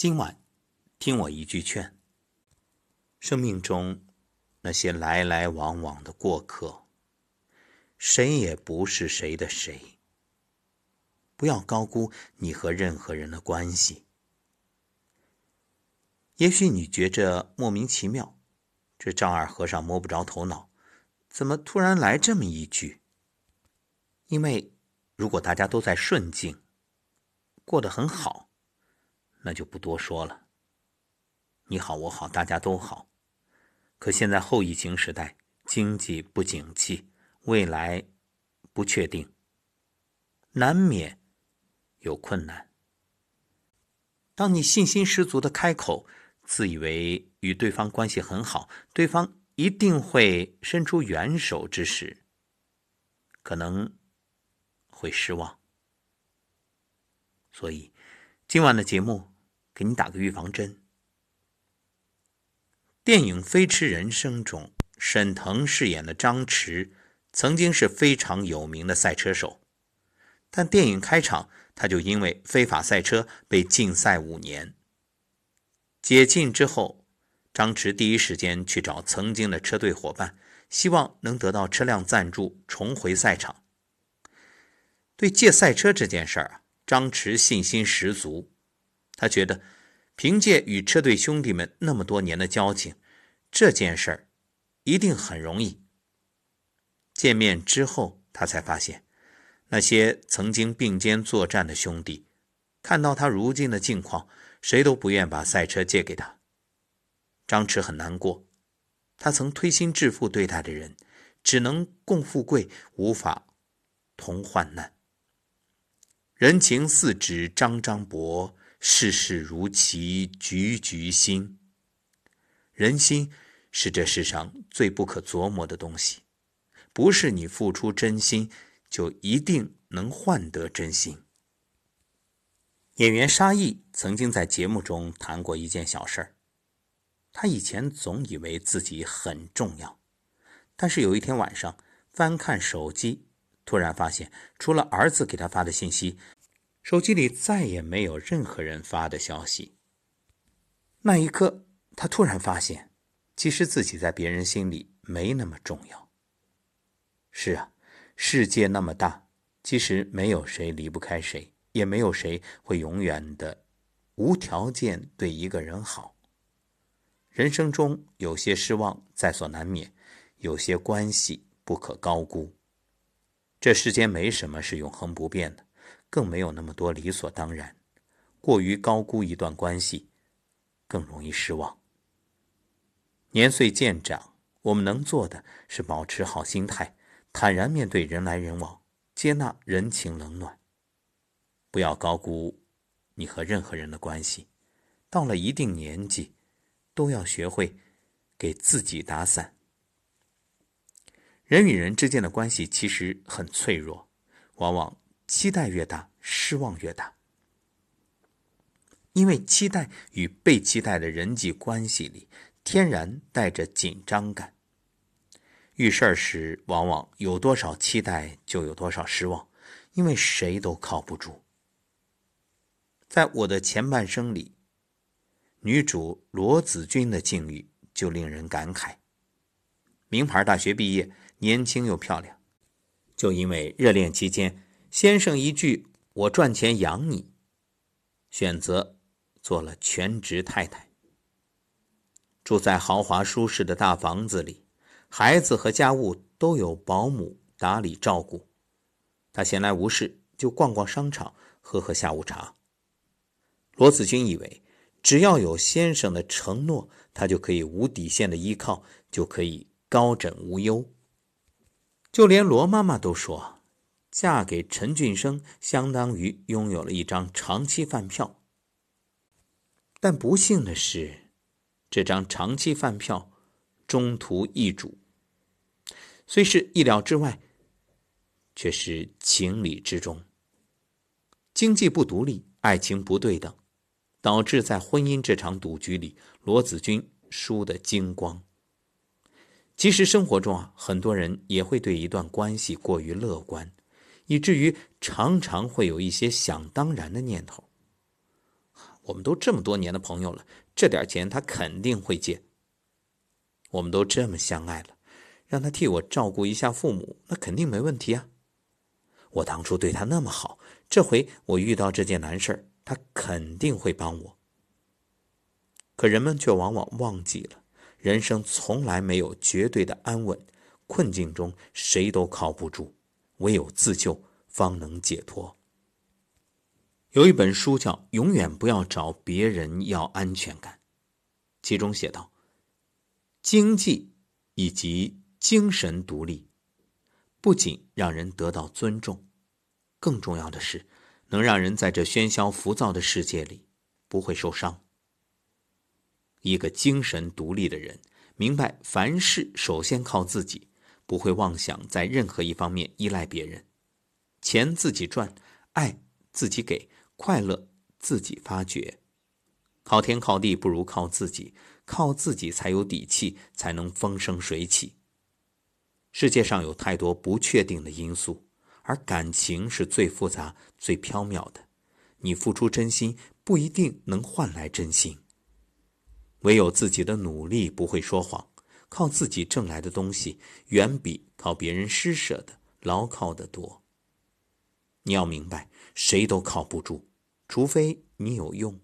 今晚听我一句劝，生命中那些来来往往的过客，谁也不是谁的谁。不要高估你和任何人的关系。也许你觉着莫名其妙，这丈二和尚摸不着头脑，怎么突然来这么一句？因为如果大家都在顺境，过得很好，那就不多说了。你好我好大家都好。可现在后疫情时代，经济不景气，未来不确定，难免有困难。当你信心十足的开口，自以为与对方关系很好，对方一定会伸出援手之时，可能会失望。所以今晚的节目给你打个预防针。电影《飞驰人生》中，沈腾饰演的张弛曾经是非常有名的赛车手，但电影开场他就因为非法赛车被禁赛5年。解禁之后，张弛第一时间去找曾经的车队伙伴，希望能得到车辆赞助，重回赛场。对借赛车这件事儿，张弛信心十足。他觉得凭借与车队兄弟们那么多年的交情，这件事儿一定很容易。见面之后，他才发现那些曾经并肩作战的兄弟，看到他如今的境况，谁都不愿把赛车借给他。张弛很难过，他曾推心置腹对待的人，只能共富贵，无法同患难。人情似纸张张薄，世事如棋局局新。人心是这世上最不可琢磨的东西，不是你付出真心就一定能换得真心。演员沙溢曾经在节目中谈过一件小事儿。他以前总以为自己很重要，但是有一天晚上翻看手机，突然发现除了儿子给他发的信息，手机里再也没有任何人发的消息。那一刻，他突然发现，其实自己在别人心里没那么重要。是啊，世界那么大，其实没有谁离不开谁，也没有谁会永远的无条件对一个人好。人生中有些失望在所难免，有些关系不可高估。这世间没什么是永恒不变的，更没有那么多理所当然。过于高估一段关系，更容易失望。年岁渐长，我们能做的是保持好心态，坦然面对人来人往，接纳人情冷暖。不要高估你和任何人的关系，到了一定年纪，都要学会给自己打伞。人与人之间的关系其实很脆弱，往往期待越大，失望越大。因为期待与被期待的人际关系里，天然带着紧张感。遇事儿时，往往有多少期待就有多少失望，因为谁都靠不住。在我的前半生里，女主罗子君的境遇就令人感慨。名牌大学毕业，年轻又漂亮，就因为热恋期间先生一句“我赚钱养你”，选择做了全职太太。住在豪华舒适的大房子里，孩子和家务都有保姆打理照顾。她闲来无事就逛逛商场，喝喝下午茶。罗子君以为只要有先生的承诺，她就可以无底线的依靠，就可以高枕无忧。就连罗妈妈都说，嫁给陈俊生相当于拥有了一张长期饭票。但不幸的是，这张长期饭票中途易主，虽是意料之外，却是情理之中。经济不独立，爱情不对等，导致在婚姻这场赌局里，罗子君输得精光。其实生活中很多人也会对一段关系过于乐观，以至于常常会有一些想当然的念头。 我们都这么多年的朋友了，这点钱他肯定会借。我们都这么相爱了，让他替我照顾一下父母，那肯定没问题啊。我当初对他那么好，这回我遇到这件难事，他肯定会帮我。可人们却往往忘记了，人生从来没有绝对的安稳，困境中谁都靠不住，唯有自救方能解脱。有一本书叫《永远不要找别人要安全感》，其中写道，经济以及精神独立不仅让人得到尊重，更重要的是能让人在这喧嚣浮躁的世界里不会受伤。一个精神独立的人，明白凡事首先靠自己，不会妄想在任何一方面依赖别人。钱自己赚，爱自己给，快乐自己发掘。靠天靠地不如靠自己，靠自己才有底气，才能风生水起。世界上有太多不确定的因素，而感情是最复杂、最缥缈的。你付出真心，不一定能换来真心。唯有自己的努力不会说谎，靠自己挣来的东西，远比靠别人施舍的牢靠得多。你要明白，谁都靠不住，除非你有用。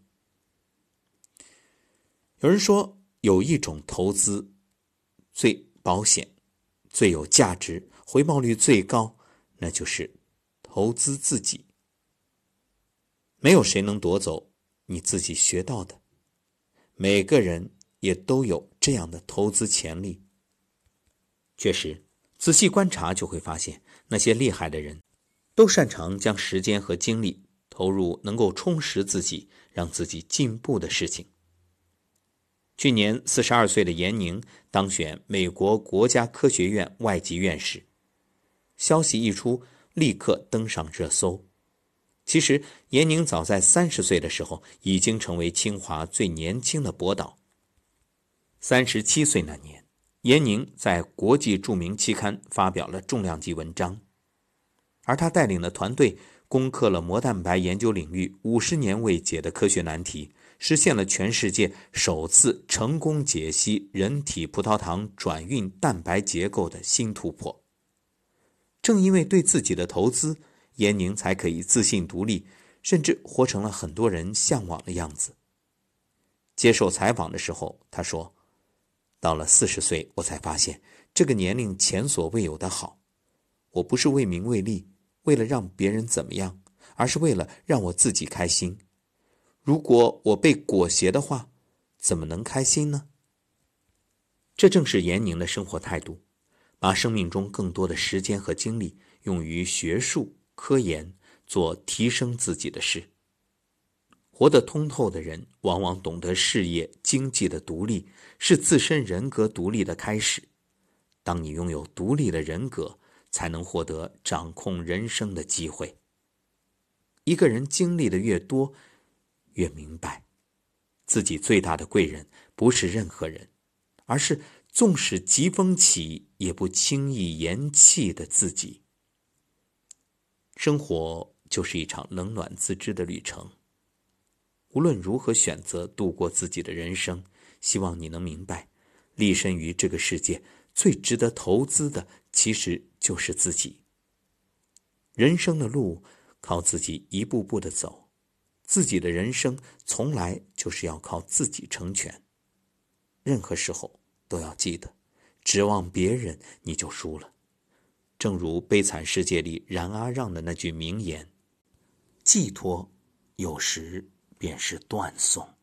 有人说，有一种投资最保险、最有价值、回报率最高，那就是投资自己。没有谁能夺走你自己学到的，每个人也都有这样的投资潜力。确实，仔细观察就会发现，那些厉害的人都擅长将时间和精力投入能够充实自己、让自己进步的事情。去年42岁的严宁当选美国国家科学院外籍院士，消息一出，立刻登上热搜。其实，严宁早在30岁的时候已经成为清华最年轻的博导。37岁那年，严宁在国际著名期刊发表了重量级文章，而他带领的团队攻克了膜蛋白研究领域50年未解的科学难题，实现了全世界首次成功解析人体葡萄糖转运蛋白结构的新突破。正因为对自己的投资，严宁才可以自信独立，甚至活成了很多人向往的样子。接受采访的时候，他说，到了40岁，我才发现这个年龄前所未有的好。我不是为名为利，为了让别人怎么样，而是为了让我自己开心。如果我被裹挟的话，怎么能开心呢？这正是严宁的生活态度，把生命中更多的时间和精力用于学术、科研，做提升自己的事。活得通透的人，往往懂得事业、经济的独立，是自身人格独立的开始。当你拥有独立的人格，才能获得掌控人生的机会。一个人经历的越多，越明白，自己最大的贵人不是任何人，而是纵使疾风起，也不轻易言弃的自己。生活就是一场冷暖自知的旅程，无论如何选择度过自己的人生，希望你能明白，立身于这个世界，最值得投资的其实就是自己。人生的路靠自己一步步的走，自己的人生从来就是要靠自己成全。任何时候都要记得，指望别人你就输了。正如《悲惨世界》里冉阿让的那句名言，寄托有时便是断送。